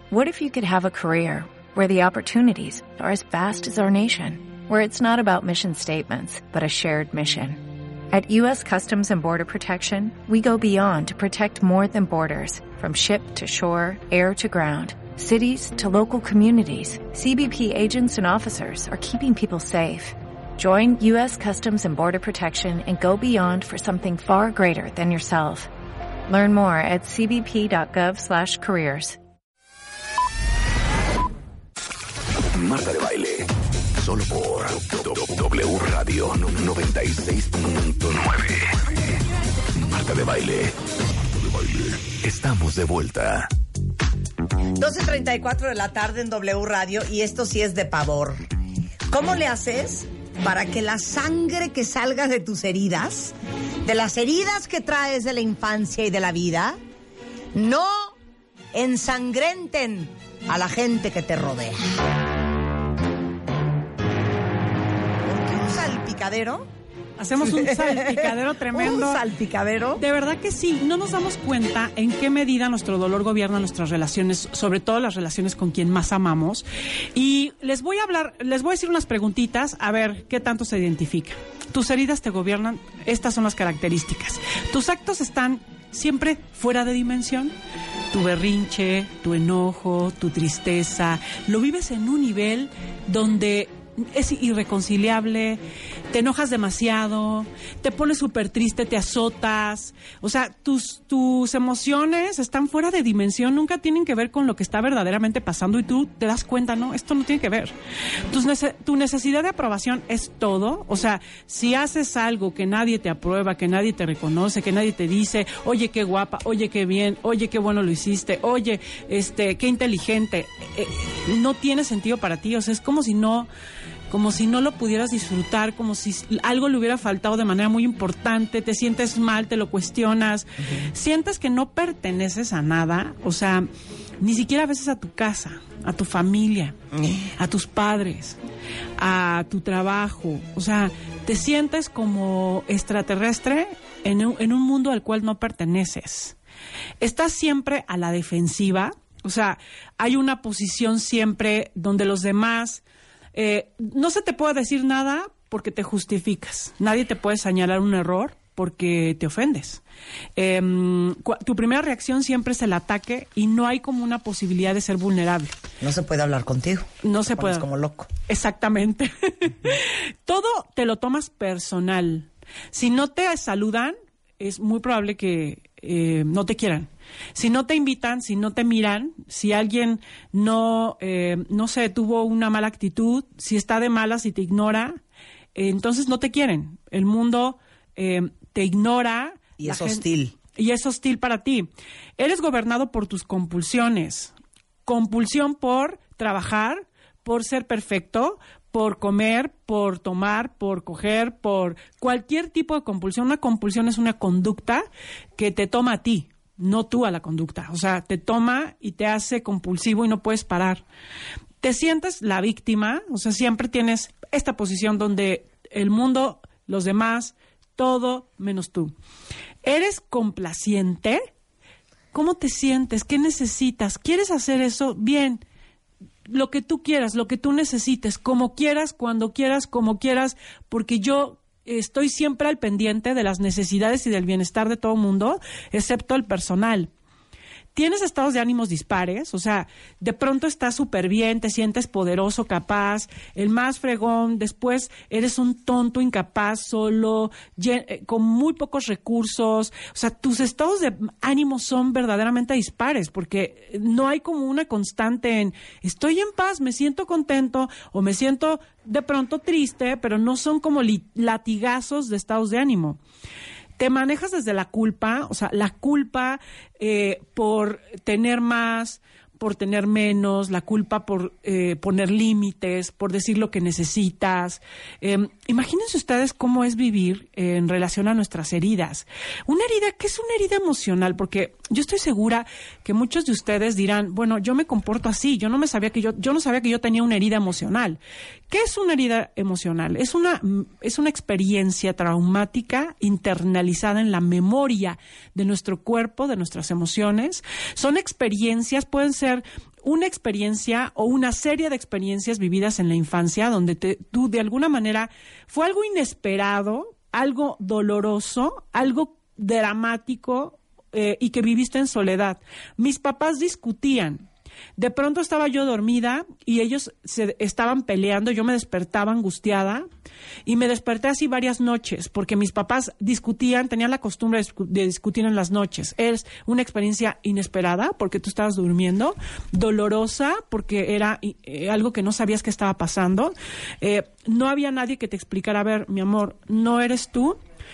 What if you could have a career where the opportunities are as vast as our nation, where it's not about mission statements, but a shared mission? At U.S. Customs and Border Protection, we go beyond to protect more than borders, from ship to shore, air to ground, cities to local communities. CBP agents and officers are keeping people safe. Join U.S. Customs and Border Protection and go beyond for something far greater than yourself. Learn more at cbp.gov/careers. Marta de Baile, solo por W Radio 96.9. Marta de Baile. Estamos de vuelta. 12:34 de la tarde en W Radio, y esto sí es de pavor. ¿Cómo le haces para que la sangre que salga de tus heridas, de las heridas que traes de la infancia y de la vida, no ensangrenten a la gente que te rodea? ¿Por qué un salpicadero? Hacemos un salpicadero tremendo. ¿Un salpicadero? De verdad que sí. No nos damos cuenta en qué medida nuestro dolor gobierna nuestras relaciones, sobre todo las relaciones con quien más amamos. Y les voy a decir unas preguntitas, a ver qué tanto se identifica. Tus heridas te gobiernan. Estas son las características. Tus actos están siempre fuera de dimensión. Tu berrinche, tu enojo, tu tristeza, lo vives en un nivel donde es irreconciliable, te enojas demasiado, te pones súper triste, te azotas. O sea, tus emociones están fuera de dimensión, nunca tienen que ver con lo que está verdaderamente pasando y tú te das cuenta, no, esto no tiene que ver. Tu necesidad de aprobación es todo. O sea, si haces algo que nadie te aprueba, que nadie te reconoce, que nadie te dice, oye, qué guapa, oye, qué bien, oye, qué bueno lo hiciste, oye, qué inteligente, no tiene sentido para ti. O sea, es como si no lo pudieras disfrutar, como si algo le hubiera faltado de manera muy importante, te sientes mal, te lo cuestionas, sientes que no perteneces a nada, o sea, ni siquiera a veces a tu casa, a tu familia, a tus padres, a tu trabajo, o sea, te sientes como extraterrestre en un mundo al cual no perteneces. Estás siempre a la defensiva, o sea, hay una posición siempre donde los demás... no se te puede decir nada porque te justificas. Nadie te puede señalar un error porque te ofendes. Tu primera reacción siempre es el ataque y no hay como una posibilidad de ser vulnerable. No se puede hablar contigo. No se puede. Como loco. Exactamente. Todo te lo tomas personal. Si no te saludan, es muy probable que no te quieran. Si no te invitan, si no te miran, si alguien no sé, tuvo una mala actitud, si está de malas y te ignora, entonces no te quieren. El mundo te ignora. Y es hostil. Y es hostil para ti. Eres gobernado por tus compulsiones. Compulsión por trabajar, por ser perfecto, por comer, por tomar, por coger, por cualquier tipo de compulsión. Una compulsión es una conducta que te toma a ti, no tú a la conducta. O sea, te toma y te hace compulsivo y no puedes parar. Te sientes la víctima, o sea, siempre tienes esta posición donde el mundo, los demás, todo menos tú. ¿Eres complaciente? ¿Cómo te sientes? ¿Qué necesitas? ¿Quieres hacer eso? Bien. Lo que tú quieras, lo que tú necesites, como quieras, cuando quieras, como quieras, porque yo estoy siempre al pendiente de las necesidades y del bienestar de todo el mundo, excepto el personal. Tienes estados de ánimos dispares, o sea, de pronto estás súper bien, te sientes poderoso, capaz, el más fregón, después eres un tonto, incapaz, solo, con muy pocos recursos. O sea, tus estados de ánimo son verdaderamente dispares, porque no hay como una constante en estoy en paz, me siento contento, o me siento de pronto triste, pero no son como latigazos de estados de ánimo. Te manejas desde la culpa, o sea, la culpa por tener más, por tener menos, la culpa por poner límites, por decir lo que necesitas. Imagínense ustedes cómo es vivir en relación a nuestras heridas. Una herida, ¿qué es una herida emocional? Porque yo estoy segura que muchos de ustedes dirán, bueno, yo me comporto así, yo no sabía que yo tenía una herida emocional. ¿Qué es una herida emocional? Es una experiencia traumática internalizada en la memoria de nuestro cuerpo, de nuestras emociones. Son experiencias, pueden ser una experiencia o una serie de experiencias vividas en la infancia donde tú de alguna manera fue algo inesperado, algo doloroso, algo dramático y que viviste en soledad. Mis papás discutían. De pronto estaba yo dormida y ellos se estaban peleando, yo me despertaba angustiada y me desperté así varias noches porque mis papás discutían, tenían la costumbre de discutir en las noches. Es una experiencia inesperada porque tú estabas durmiendo, dolorosa porque era algo que no sabías que estaba pasando. No había nadie que te explicara, a ver, mi amor, no eres tú,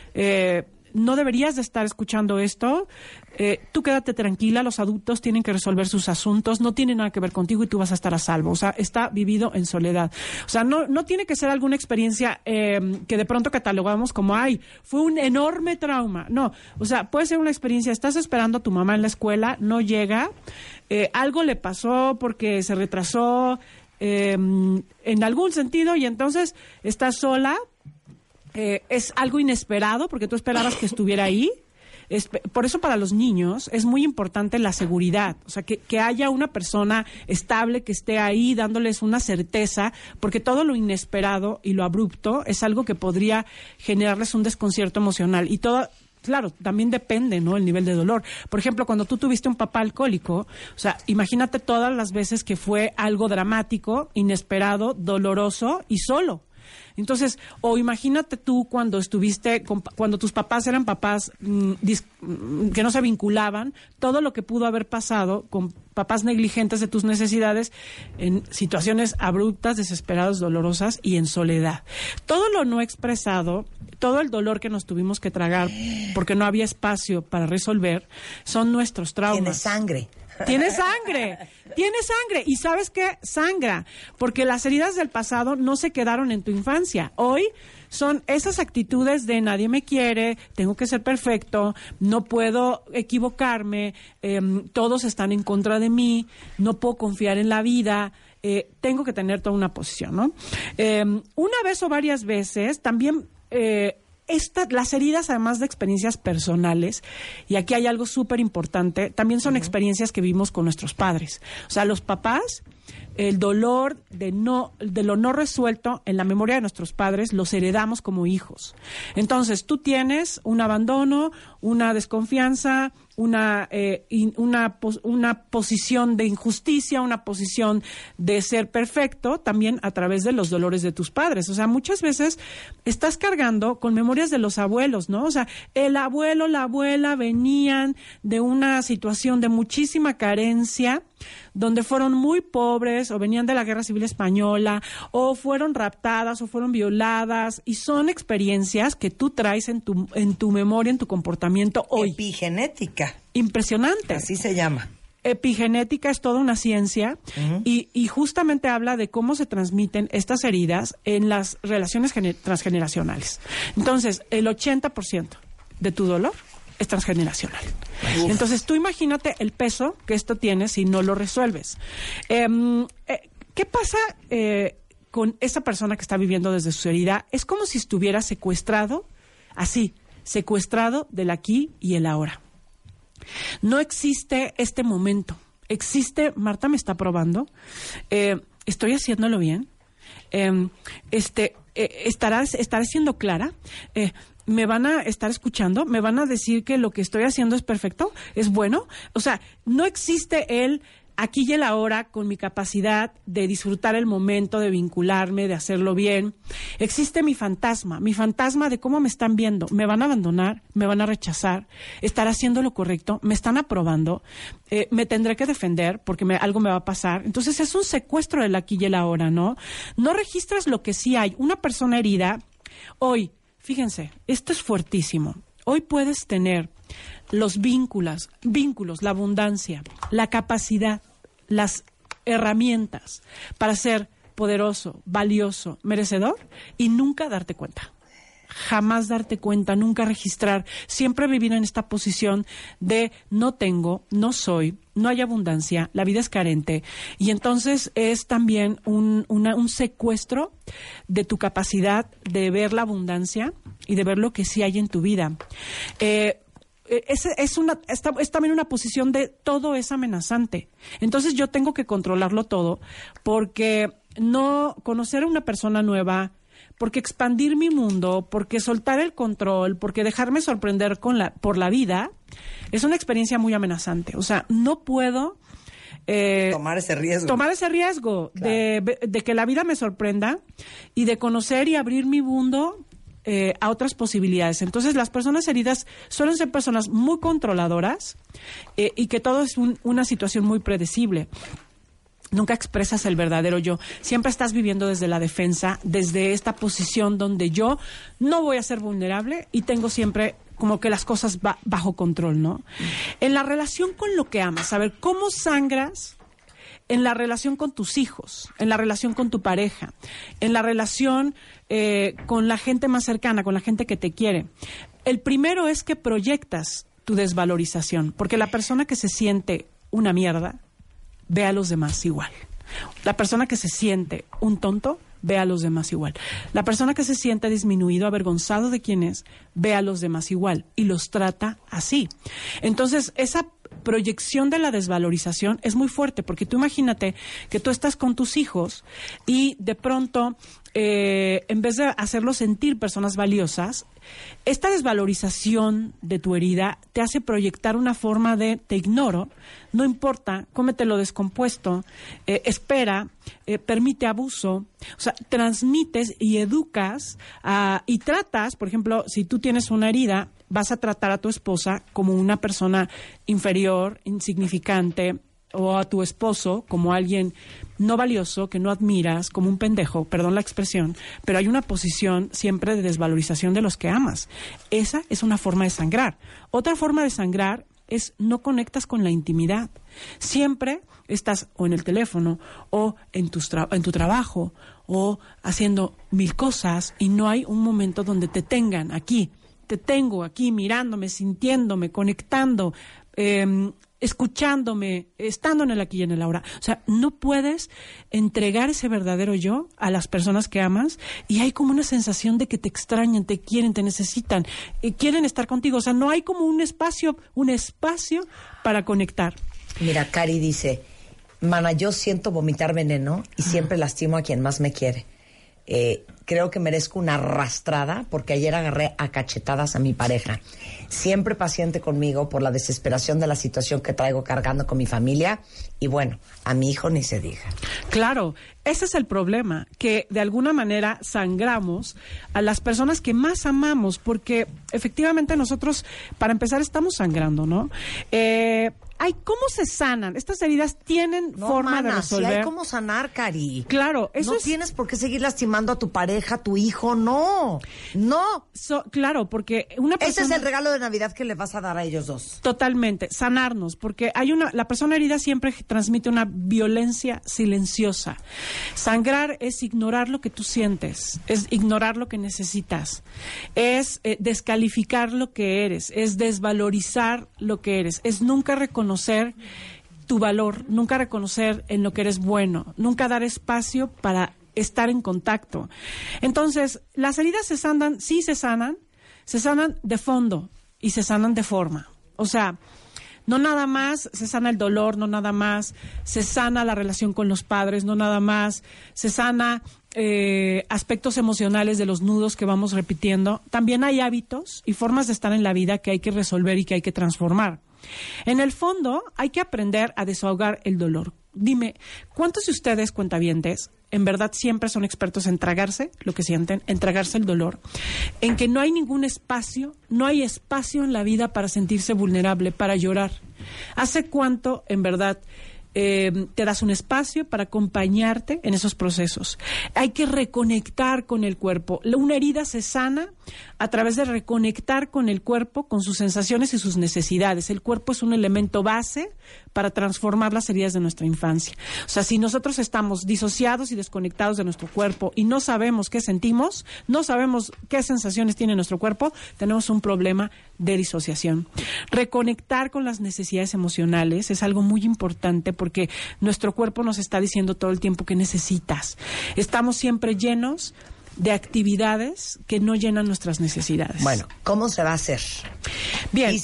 no deberías de estar escuchando esto, tú quédate tranquila, los adultos tienen que resolver sus asuntos, no tiene nada que ver contigo y tú vas a estar a salvo. O sea, está vivido en soledad. O sea, no tiene que ser alguna experiencia que de pronto catalogamos como, ay, fue un enorme trauma. No, o sea, puede ser una experiencia, estás esperando a tu mamá en la escuela, no llega, algo le pasó porque se retrasó en algún sentido y entonces estás sola. Es algo inesperado porque tú esperabas que estuviera ahí. Por eso para los niños es muy importante la seguridad, o sea, que haya una persona estable que esté ahí dándoles una certeza, porque todo lo inesperado y lo abrupto es algo que podría generarles un desconcierto emocional y todo. Claro, también depende, ¿no?, el nivel de dolor. Por ejemplo, cuando tú tuviste un papá alcohólico, o sea, imagínate todas las veces que fue algo dramático, inesperado, doloroso y solo. Entonces, o imagínate tú cuando cuando tus papás eran papás que no se vinculaban, todo lo que pudo haber pasado con papás negligentes de tus necesidades en situaciones abruptas, desesperadas, dolorosas y en soledad. Todo lo no expresado, todo el dolor que nos tuvimos que tragar porque no había espacio para resolver, son nuestros traumas. Tiene sangre. Tiene sangre. Y ¿sabes qué? Sangra, porque las heridas del pasado no se quedaron en tu infancia. Hoy son esas actitudes de nadie me quiere, tengo que ser perfecto, no puedo equivocarme, todos están en contra de mí, no puedo confiar en la vida, tengo que tener toda una posición, ¿no? Una vez o varias veces también... las heridas, además de experiencias personales, y aquí hay algo súper importante, también son experiencias que vivimos con nuestros padres. O sea, los papás, el dolor de lo no resuelto en la memoria de nuestros padres, los heredamos como hijos. Entonces, tú tienes un abandono, una desconfianza, una posición de injusticia, una posición de ser perfecto, también a través de los dolores de tus padres. O sea, muchas veces estás cargando con memorias de los abuelos, ¿no? O sea, el abuelo, la abuela venían de una situación de muchísima carencia, donde fueron muy pobres o venían de la Guerra Civil Española o fueron raptadas o fueron violadas, y son experiencias que tú traes en tu memoria, en tu comportamiento hoy. Epigenética. Impresionante. Así se llama. Epigenética es toda una ciencia y justamente habla de cómo se transmiten estas heridas en las relaciones transgeneracionales. Entonces, el 80% de tu dolor es transgeneracional. Uf. Entonces, tú imagínate el peso que esto tiene si no lo resuelves. ¿Qué pasa con esa persona que está viviendo desde su herida? Es como si estuviera secuestrado, así, secuestrado del aquí y el ahora. No existe este momento. Existe, Marta me está probando, estoy haciéndolo bien, estaré siendo clara, me van a estar escuchando, me van a decir que lo que estoy haciendo es perfecto, es bueno. O sea, no existe el aquí y el ahora con mi capacidad de disfrutar el momento, de vincularme, de hacerlo bien. Existe mi fantasma de cómo me están viendo. Me van a abandonar, me van a rechazar, estaré haciendo lo correcto, me están aprobando, me tendré que defender porque algo me va a pasar. Entonces es un secuestro del aquí y el ahora, ¿no? No registras lo que sí hay. Una persona herida, hoy, fíjense, esto es fuertísimo. Hoy puedes tener los vínculos, la abundancia, la capacidad, las herramientas para ser poderoso, valioso, merecedor y nunca darte cuenta. Jamás darte cuenta, nunca registrar, siempre vivir en esta posición de no tengo, no soy, no hay abundancia, la vida es carente, y entonces es también un secuestro de tu capacidad de ver la abundancia y de ver lo que sí hay en tu vida. es también una posición de todo es amenazante. Entonces yo tengo que controlarlo todo, porque no conocer a una persona nueva, porque expandir mi mundo, porque soltar el control, porque dejarme sorprender por la vida, es una experiencia muy amenazante. O sea, no puedo tomar ese riesgo. Claro. de que la vida me sorprenda y de conocer y abrir mi mundo a otras posibilidades. Entonces, las personas heridas suelen ser personas muy controladoras y que todo es una situación muy predecible. Nunca expresas el verdadero yo. Siempre estás viviendo desde la defensa, desde esta posición donde yo no voy a ser vulnerable y tengo siempre como que las cosas bajo control, ¿no? En la relación con lo que amas, a ver, ¿cómo sangras en la relación con tus hijos, en la relación con tu pareja, en la relación con la gente más cercana, con la gente que te quiere? El primero es que proyectas tu desvalorización, porque la persona que se siente una mierda ve a los demás igual. La persona que se siente un tonto ve a los demás igual. La persona que se siente disminuido, avergonzado de quién es, ve a los demás igual y los trata así. Entonces, esa proyección de la desvalorización es muy fuerte, porque tú imagínate que tú estás con tus hijos y de pronto, en vez de hacerlos sentir personas valiosas, esta desvalorización de tu herida te hace proyectar una forma de te ignoro, no importa, cómetelo descompuesto, espera, permite abuso. O sea, transmites y educas y tratas, por ejemplo, si tú tienes una herida, vas a tratar a tu esposa como una persona inferior, insignificante, o a tu esposo como alguien no valioso, que no admiras, como un pendejo, perdón la expresión, pero hay una posición siempre de desvalorización de los que amas. Esa es una forma de sangrar. Otra forma de sangrar es no conectas con la intimidad. Siempre estás o en el teléfono o en tu trabajo o haciendo mil cosas y no hay un momento donde te tengan aquí. Te tengo aquí mirándome, sintiéndome, conectando, escuchándome, estando en el aquí y en el ahora. O sea, no puedes entregar ese verdadero yo a las personas que amas y hay como una sensación de que te extrañan, te quieren, te necesitan, quieren estar contigo. O sea, no hay como un espacio para conectar. Mira, Cari dice, mana, yo siento vomitar veneno y siempre lastimo a quien más me quiere. Creo que merezco una arrastrada porque ayer agarré a cachetadas a mi pareja. Siempre paciente conmigo por la desesperación de la situación que traigo cargando con mi familia y bueno, a mi hijo ni se diga. Claro, ese es el problema, que de alguna manera sangramos a las personas que más amamos porque efectivamente nosotros, para empezar, estamos sangrando, ¿no? ¿Cómo se sanan? Estas heridas tienen forma de resolver. Sí hay cómo sanar, Cari. Claro, eso no tienes por qué seguir lastimando a tu pareja, a tu hijo, no. Claro, porque una persona... Ese es el regalo de Navidad que le vas a dar a ellos dos. Totalmente, sanarnos, porque la persona herida siempre transmite una violencia silenciosa. Sangrar es ignorar lo que tú sientes, es ignorar lo que necesitas, es descalificar lo que eres, es desvalorizar lo que eres, es nunca reconocer tu valor, nunca reconocer en lo que eres bueno, nunca dar espacio para estar en contacto. Entonces, las heridas se sanan de fondo y se sanan de forma. O sea, no nada más se sana el dolor, no nada más se sana la relación con los padres, no nada más se sana aspectos emocionales de los nudos que vamos repitiendo. También hay hábitos y formas de estar en la vida que hay que resolver y que hay que transformar. En el fondo, hay que aprender a desahogar el dolor. Dime, ¿cuántos de ustedes, cuentavientes, en verdad siempre son expertos en tragarse lo que sienten, en tragarse el dolor, en que no hay ningún espacio, no hay espacio en la vida para sentirse vulnerable, para llorar? ¿Hace cuánto, en verdad, te das un espacio para acompañarte en esos procesos? Hay que reconectar con el cuerpo. Una herida se sana a través de reconectar con el cuerpo, con sus sensaciones y sus necesidades. El cuerpo es un elemento base para transformar las heridas de nuestra infancia. O sea, si nosotros estamos disociados y desconectados de nuestro cuerpo y no sabemos qué sentimos, no sabemos qué sensaciones tiene nuestro cuerpo, tenemos un problema de disociación. Reconectar con las necesidades emocionales es algo muy importante porque nuestro cuerpo nos está diciendo todo el tiempo que necesitas. Estamos siempre llenos de actividades que no llenan nuestras necesidades. Bueno, ¿cómo se va a hacer? Bien. Dices,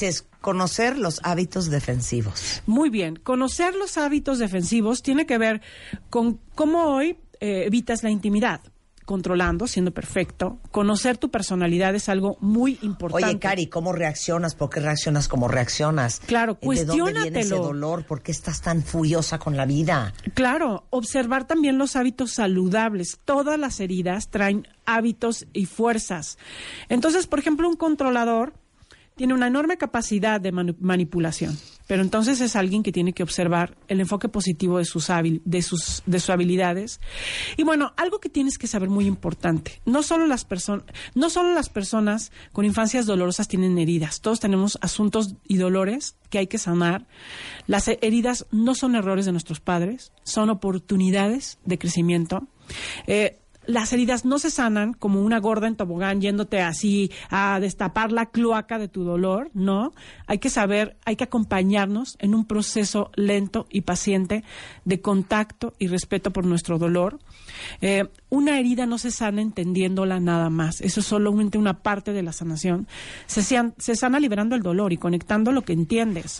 conocer los hábitos defensivos. Muy bien. Conocer los hábitos defensivos tiene que ver con cómo hoy evitas la intimidad. Controlando, siendo perfecto. Conocer tu personalidad es algo muy importante. Oye, Cari, ¿cómo reaccionas? ¿Por qué reaccionas como reaccionas? Claro, cuestiónatelo. ¿De dónde viene ese dolor? ¿Por qué estás tan furiosa con la vida? Claro, observar también los hábitos saludables. Todas las heridas traen hábitos y fuerzas. Entonces, por ejemplo, un controlador tiene una enorme capacidad de manipulación, pero entonces es alguien que tiene que observar el enfoque positivo de sus habilidades. Y bueno, algo que tienes que saber muy importante, no solo las personas con infancias dolorosas tienen heridas, todos tenemos asuntos y dolores que hay que sanar. Las heridas no son errores de nuestros padres, son oportunidades de crecimiento. Las heridas no se sanan como una gorda en tobogán yéndote así a destapar la cloaca de tu dolor, no. Hay que acompañarnos en un proceso lento y paciente de contacto y respeto por nuestro dolor. Una herida no se sana entendiéndola nada más. Eso es solamente una parte de la sanación. Se sana liberando el dolor y conectando lo que entiendes.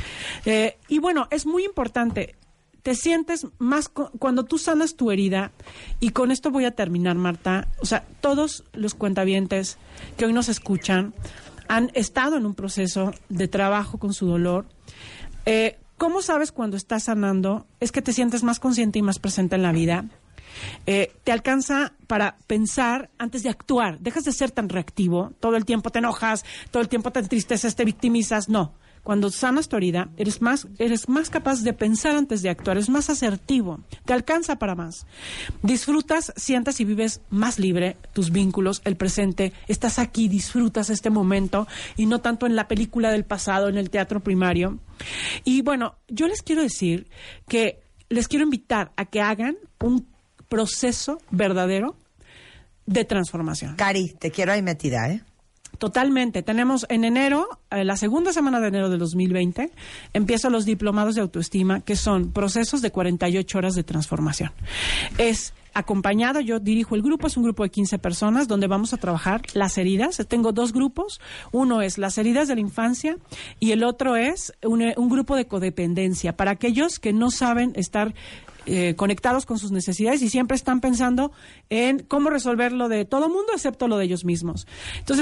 Y bueno, es muy importante. Te sientes más cuando tú sanas tu herida, y con esto voy a terminar, Marta. O sea, todos los cuentavientes que hoy nos escuchan han estado en un proceso de trabajo con su dolor. ¿Cómo sabes cuando estás sanando? Es que te sientes más consciente y más presente en la vida. Te alcanza para pensar antes de actuar. Dejas de ser tan reactivo. Todo el tiempo te enojas, todo el tiempo te entristeces, te victimizas. No. Cuando sanas tu herida, eres más capaz de pensar antes de actuar, es más asertivo, te alcanza para más. Disfrutas, sientas y vives más libre tus vínculos, el presente, estás aquí, disfrutas este momento y no tanto en la película del pasado, en el teatro primario. Y bueno, yo les quiero decir que les quiero invitar a que hagan un proceso verdadero de transformación. Cari, te quiero ahí metida, ¿eh? Totalmente. Tenemos en enero, la segunda semana de enero de 2020, empiezan los diplomados de autoestima, que son procesos de 48 horas de transformación. Es acompañado, yo dirijo el grupo, es un grupo de 15 personas donde vamos a trabajar las heridas. Tengo dos grupos, uno es las heridas de la infancia y el otro es un grupo de codependencia, para aquellos que no saben estar conectados con sus necesidades y siempre están pensando en cómo resolver lo de todo mundo excepto lo de ellos mismos. Entonces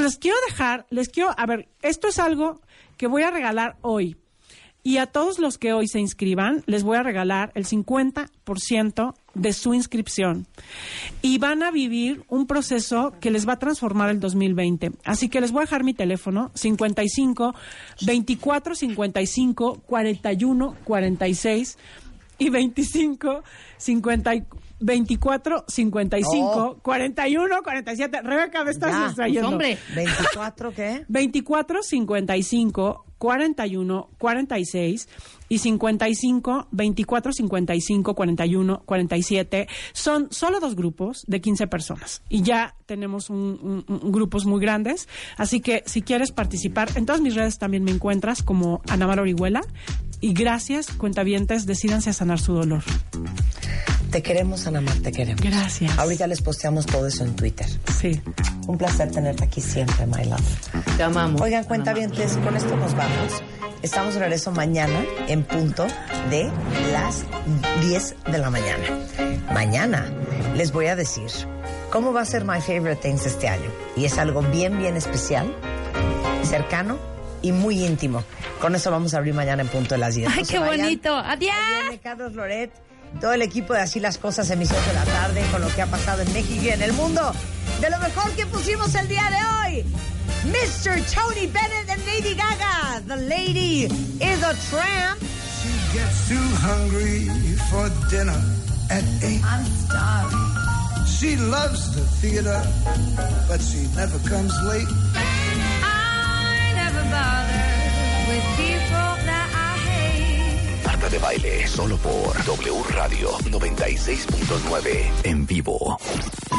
esto es algo que voy a regalar hoy. Y a todos los que hoy se inscriban, les voy a regalar el 50% de su inscripción. Y van a vivir un proceso que les va a transformar el 2020. Así que les voy a dejar mi teléfono, 55 24 55 41 46 y 24 55 41 47. Rebeca, me estás distrayendo. Hombre, ¿24 qué? 24 55 41 46 y 55 24 55 41 47. Son solo dos grupos de 15 personas y ya tenemos grupos muy grandes, así que si quieres participar, en todas mis redes también me encuentras como Ana Mar Orihuela. Y gracias, cuentavientes, decídanse a sanar su dolor. Te queremos, Ana Mar, te queremos. Gracias. Ahorita les posteamos todo eso en Twitter. Sí. Un placer tenerte aquí siempre, my love. Te amamos. Oigan, cuentavientes, con esto nos vamos. Estamos de regreso mañana en punto de las 10 de la mañana. Mañana les voy a decir cómo va a ser My Favorite Things este año. Y es algo bien, bien especial, cercano y muy íntimo. Con eso vamos a abrir mañana en punto de las 10. ¡Ay, qué bonito! ¡Adiós! Viene Carlos Loret, todo el equipo de Así las Cosas, emisión de la tarde, con lo que ha pasado en México y en el mundo. De lo mejor que pusimos el día de hoy, Mr. Tony Bennett and Lady Gaga. The lady is a tramp. She gets too hungry for dinner at 8. I'm starving. She loves the theater, but she never comes late. I never bother with people that I hate. Marta de Baile, solo por W Radio 96.9 en vivo.